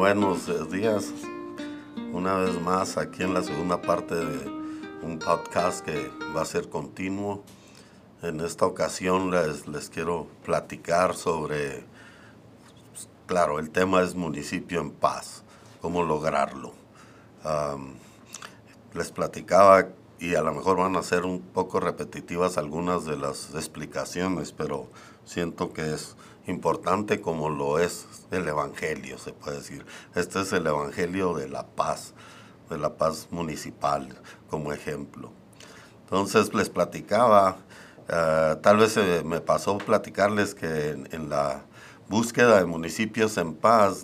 buenos días. Una vez más aquí en la segunda parte de un podcast que va a ser continuo. En esta ocasión les quiero platicar sobre, claro, el tema es municipio en paz, cómo lograrlo. Les platicaba y a lo mejor van a ser un poco repetitivas algunas de las explicaciones, pero siento que es importante como lo es el Evangelio, se puede decir. Este es el Evangelio de la paz municipal como ejemplo. Entonces les platicaba, tal vez me pasó platicarles que en la búsqueda de municipios en paz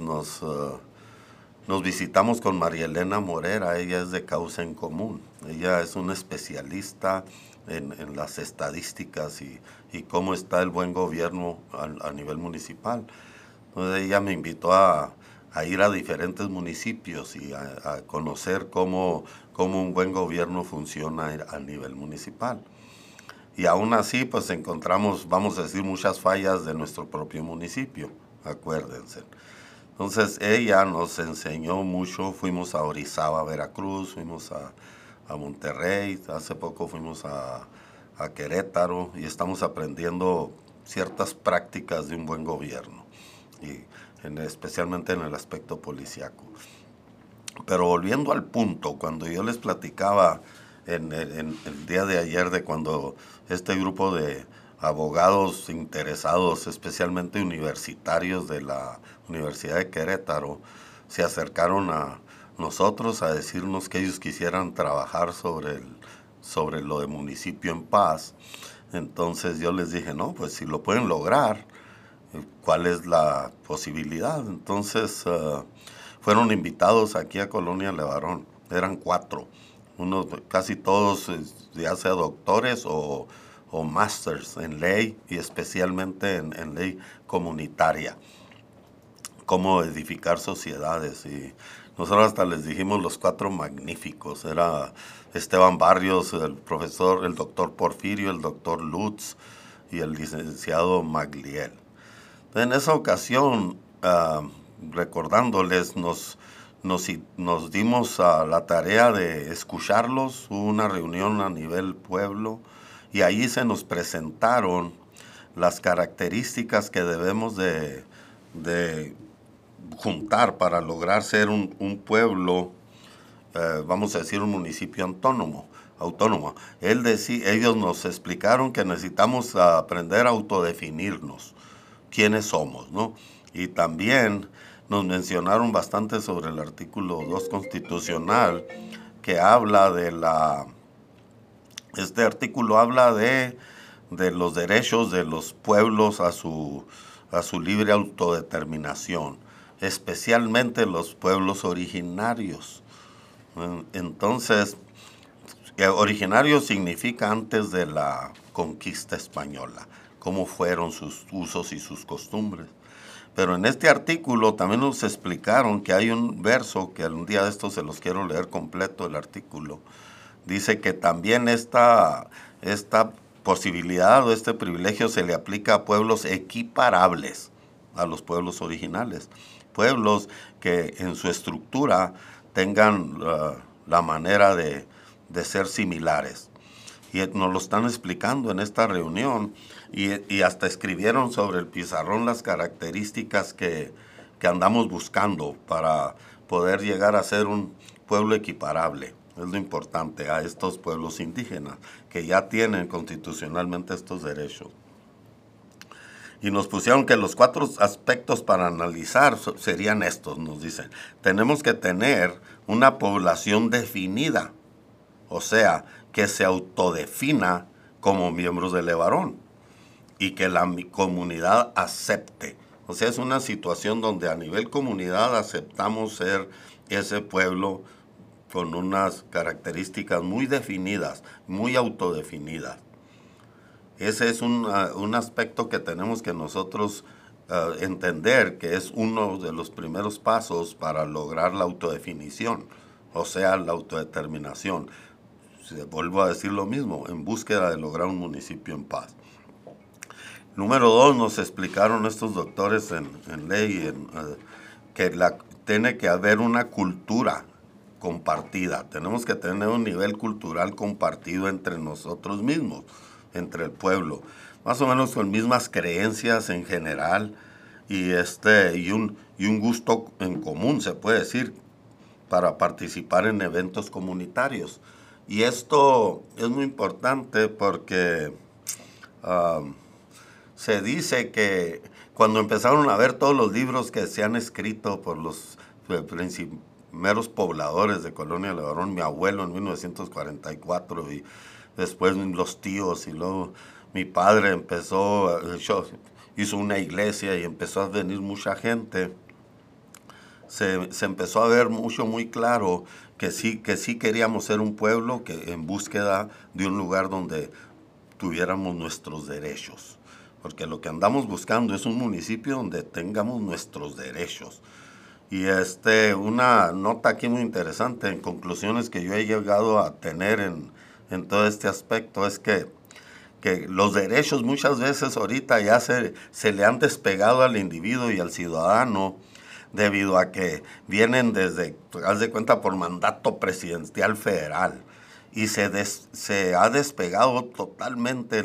nos visitamos con María Elena Morera. Ella es de Causa en Común. Ella es una especialista en las estadísticas y cómo está el buen gobierno a nivel municipal. Entonces ella me invitó a ir a diferentes municipios y a conocer cómo un buen gobierno funciona a nivel municipal. Y aún así, pues encontramos, vamos a decir, muchas fallas de nuestro propio municipio, acuérdense. Entonces ella nos enseñó mucho. Fuimos a Orizaba, Veracruz, fuimos a Monterrey, hace poco fuimos a Querétaro y estamos aprendiendo ciertas prácticas de un buen gobierno, y especialmente en el aspecto policíaco. Pero volviendo al punto, cuando yo les platicaba en el día de ayer de cuando este grupo de abogados interesados, especialmente universitarios de la Universidad de Querétaro, se acercaron a nosotros a decirnos que ellos quisieran trabajar sobre lo de municipio en paz. Entonces yo les dije, no, pues si lo pueden lograr, ¿cuál es la posibilidad? Entonces fueron invitados aquí a Colonia Levarón. Eran 4, casi todos ya sea doctores o masters en ley, y especialmente en ley comunitaria, cómo edificar sociedades. Y nosotros hasta les dijimos los 4 magníficos. Era Esteban Barrios, el profesor, el doctor Porfirio, el doctor Lutz y el licenciado Magliel. En esa ocasión, recordándoles, nos dimos a la tarea de escucharlos. Hubo una reunión a nivel pueblo y ahí se nos presentaron las características que debemos de juntar para lograr ser un pueblo, vamos a decir un municipio autónomo. Ellos nos explicaron que necesitamos aprender a autodefinirnos, quiénes somos, ¿no? Y también nos mencionaron bastante sobre el artículo 2 constitucional, que habla este artículo habla de los derechos de los pueblos a su libre autodeterminación, especialmente los pueblos originarios. Entonces, originario significa antes de la conquista española, cómo fueron sus usos y sus costumbres. Pero en este artículo también nos explicaron que hay un verso que algún día de estos se los quiero leer completo el artículo. Dice que también esta posibilidad o este privilegio se le aplica a pueblos equiparables a los pueblos originales. Pueblos que en su estructura tengan la manera de ser similares. Y nos lo están explicando en esta reunión y hasta escribieron sobre el pizarrón las características que andamos buscando para poder llegar a ser un pueblo equiparable. Es lo importante a estos pueblos indígenas que ya tienen constitucionalmente estos derechos. Y nos pusieron que los 4 aspectos para analizar serían estos, nos dicen. Tenemos que tener una población definida, o sea, que se autodefina como miembros de Levarón y que la comunidad acepte. O sea, es una situación donde a nivel comunidad aceptamos ser ese pueblo con unas características muy definidas, muy autodefinidas. Ese es un aspecto que tenemos que nosotros entender, que es uno de los primeros pasos para lograr la autodefinición, o sea, la autodeterminación. Vuelvo a decir lo mismo, en búsqueda de lograr un municipio en paz. Número 2, nos explicaron estos doctores en ley que tiene que haber una cultura compartida. Tenemos que tener un nivel cultural compartido entre nosotros mismos, entre el pueblo. Más o menos con mismas creencias en general y un gusto en común, se puede decir, para participar en eventos comunitarios. Y esto es muy importante porque se dice que cuando empezaron a ver todos los libros que se han escrito por los primeros pobladores de Colonia Levarón, mi abuelo en 1944 y después los tíos y luego mi padre hizo una iglesia y empezó a venir mucha gente. Se empezó a ver muy claro que sí queríamos ser un pueblo que en búsqueda de un lugar donde tuviéramos nuestros derechos. Porque lo que andamos buscando es un municipio donde tengamos nuestros derechos. Y una nota aquí muy interesante en conclusiones que yo he llegado a tener en todo este aspecto es que los derechos muchas veces ahorita ya se le han despegado al individuo y al ciudadano debido a que vienen desde, haz de cuenta, por mandato presidencial federal y se ha despegado totalmente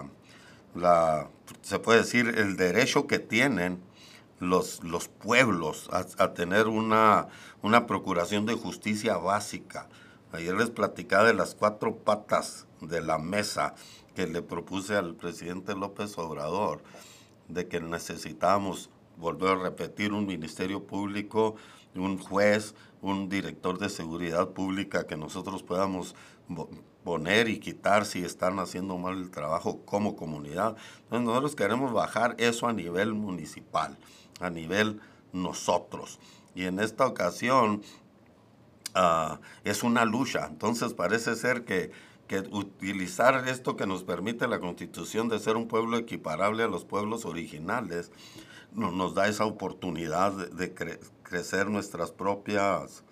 se puede decir, el derecho que tienen los pueblos a tener una procuración de justicia básica. Ayer les platicaba de las 4 patas de la mesa que le propuse al presidente López Obrador, de que necesitábamos volver a repetir un ministerio público, un juez, un director de seguridad pública que nosotros podamos poner y quitar si están haciendo mal el trabajo como comunidad. Entonces nosotros queremos bajar eso a nivel municipal, a nivel nosotros. Y en esta ocasión es una lucha. Entonces parece ser que utilizar esto que nos permite la Constitución de ser un pueblo equiparable a los pueblos originales nos da esa oportunidad de crecer nuestros propios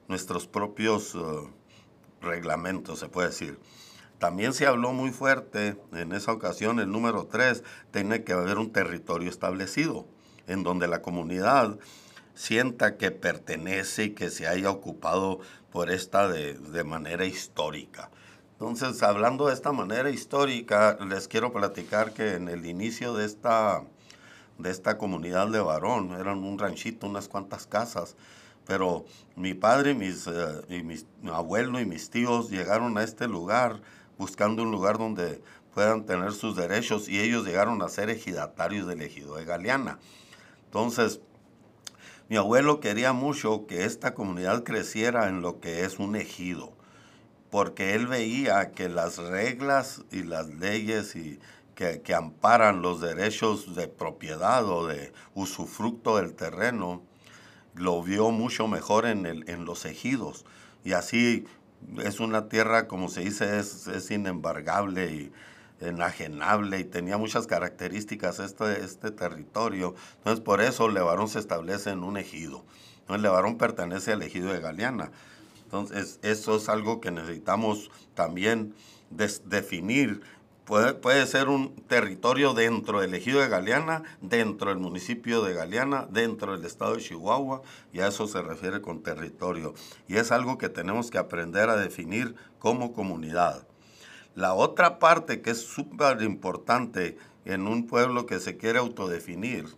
reglamentos, se puede decir. También se habló muy fuerte en esa ocasión, el número 3, tiene que haber un territorio establecido, en donde la comunidad sienta que pertenece y que se haya ocupado por esta de manera histórica. Entonces, hablando de esta manera histórica, les quiero platicar que en el inicio de esta comunidad de Varón, eran un ranchito, unas cuantas casas, pero mi padre mi abuelo y mis tíos llegaron a este lugar buscando un lugar donde puedan tener sus derechos y ellos llegaron a ser ejidatarios del ejido de Galeana. Entonces, mi abuelo quería mucho que esta comunidad creciera en lo que es un ejido, porque él veía que las reglas y las leyes que amparan los derechos de propiedad o de usufructo del terreno, lo vio mucho mejor en los ejidos. Y así es una tierra, como se dice, es inembargable y enajenable y tenía muchas características este territorio. Entonces por eso Levarón se establece en un ejido. Entonces Levarón pertenece al ejido de Galeana. Entonces eso es algo que necesitamos también definir. Puede ser un territorio dentro del ejido de Galeana, dentro del municipio de Galeana, dentro del estado de Chihuahua, y a eso se refiere con territorio. Y es algo que tenemos que aprender a definir como comunidad. La otra parte que es súper importante en un pueblo que se quiere autodefinir,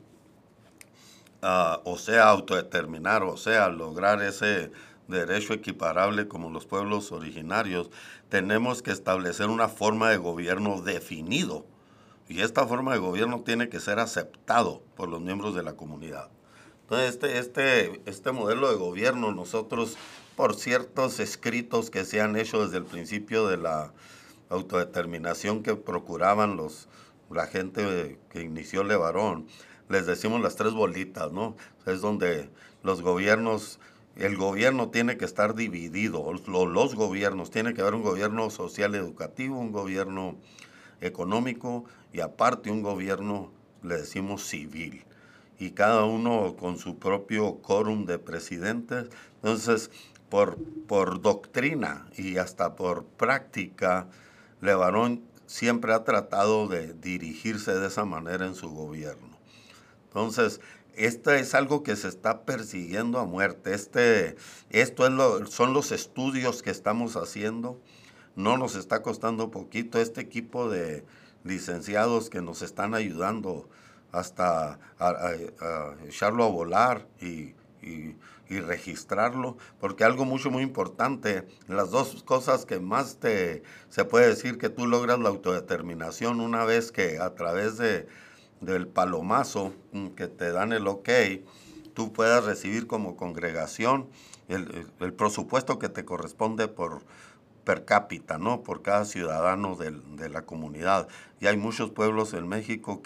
o sea, autodeterminar, o sea, lograr ese derecho equiparable como los pueblos originarios, tenemos que establecer una forma de gobierno definido. Y esta forma de gobierno tiene que ser aceptado por los miembros de la comunidad. Entonces, este modelo de gobierno, nosotros, por ciertos escritos que se han hecho desde el principio de la autodeterminación que procuraban la gente que inició Levarón, les decimos las 3 bolitas, ¿no? Es donde el gobierno tiene que estar dividido, los gobiernos, tiene que haber un gobierno social educativo, un gobierno económico y aparte un gobierno, le decimos, civil. Y cada uno con su propio quórum de presidentes. Entonces, por doctrina y hasta por práctica, Levarón siempre ha tratado de dirigirse de esa manera en su gobierno. Entonces, Esto es algo que se está persiguiendo a muerte. Son los estudios que estamos haciendo. No nos está costando poquito. Este equipo de licenciados que nos están ayudando hasta a echarlo a volar y registrarlo, porque algo muy importante, las dos cosas que más se puede decir que tú logras la autodeterminación una vez que a través del palomazo que te dan el ok, tú puedas recibir como congregación el presupuesto que te corresponde por per cápita, ¿no? Por cada ciudadano de la comunidad. Y hay muchos pueblos en México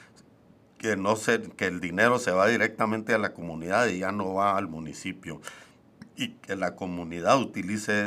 que el dinero se va directamente a la comunidad y ya no va al municipio. Y que la comunidad utilice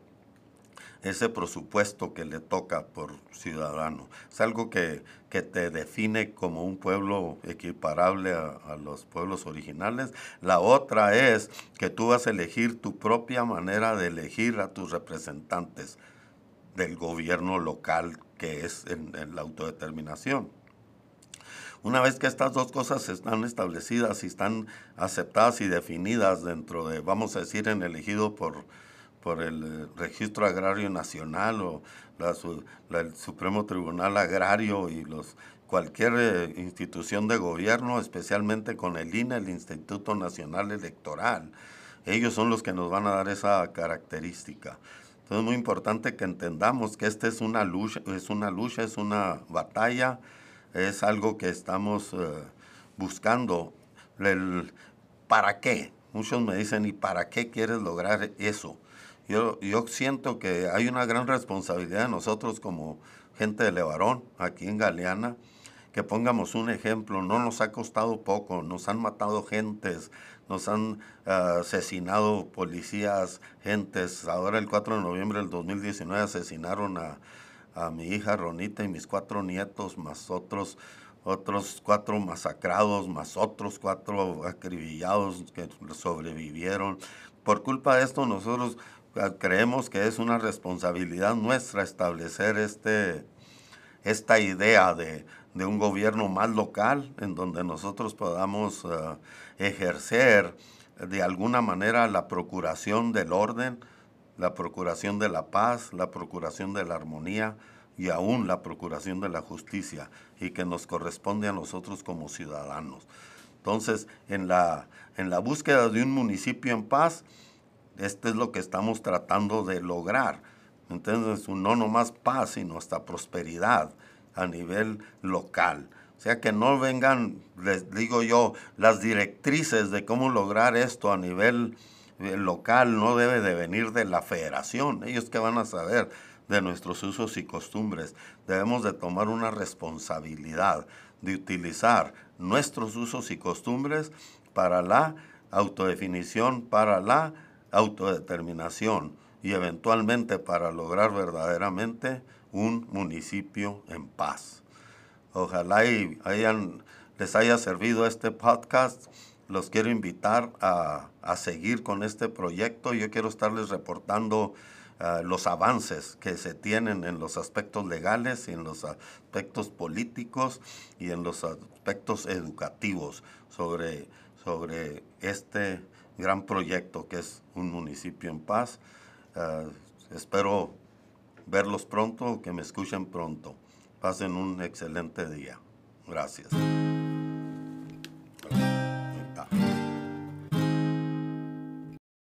ese presupuesto que le toca por ciudadano. Es algo que te define como un pueblo equiparable a los pueblos originales. La otra es que tú vas a elegir tu propia manera de elegir a tus representantes del gobierno local, que es en la autodeterminación. Una vez que estas dos cosas están establecidas y están aceptadas y definidas dentro de, vamos a decir, en elegido por el Registro Agrario Nacional o el Supremo Tribunal Agrario y cualquier institución de gobierno, especialmente con el INE, el Instituto Nacional Electoral. Ellos son los que nos van a dar esa característica. Entonces es muy importante que entendamos que esta es una lucha, es una batalla, es algo que estamos buscando. ¿Para qué? Muchos me dicen, ¿y para qué quieres lograr eso? Yo siento que hay una gran responsabilidad de nosotros como gente de Levarón, aquí en Galeana, que pongamos un ejemplo. No nos ha costado poco, nos han matado gentes, nos han asesinado policías, gentes. Ahora el 4 de noviembre del 2019 asesinaron a mi hija Ronita y mis 4 nietos, más otros 4 masacrados, más otros 4 acribillados que sobrevivieron. Por culpa de esto nosotros creemos que es una responsabilidad nuestra establecer esta idea de un gobierno más local en donde nosotros podamos ejercer de alguna manera la procuración del orden, la procuración de la paz, la procuración de la armonía y aún la procuración de la justicia, y que nos corresponde a nosotros como ciudadanos. Entonces, en la búsqueda de un municipio en paz, esto es lo que estamos tratando de lograr. Entonces, no nomás paz, sino hasta prosperidad a nivel local. O sea, que no vengan, les digo yo, las directrices de cómo lograr esto a nivel local no debe de venir de la federación. Ellos que van a saber de nuestros usos y costumbres. Debemos de tomar una responsabilidad de utilizar nuestros usos y costumbres para la autodefinición, para la autodeterminación y eventualmente para lograr verdaderamente un municipio en paz. Ojalá les haya servido este podcast. Los quiero invitar a seguir con este proyecto. Yo quiero estarles reportando los avances que se tienen en los aspectos legales, y en los aspectos políticos y en los aspectos educativos sobre este gran proyecto que es un municipio en paz. Espero verlos pronto, que me escuchen pronto. Pasen un excelente día. Gracias.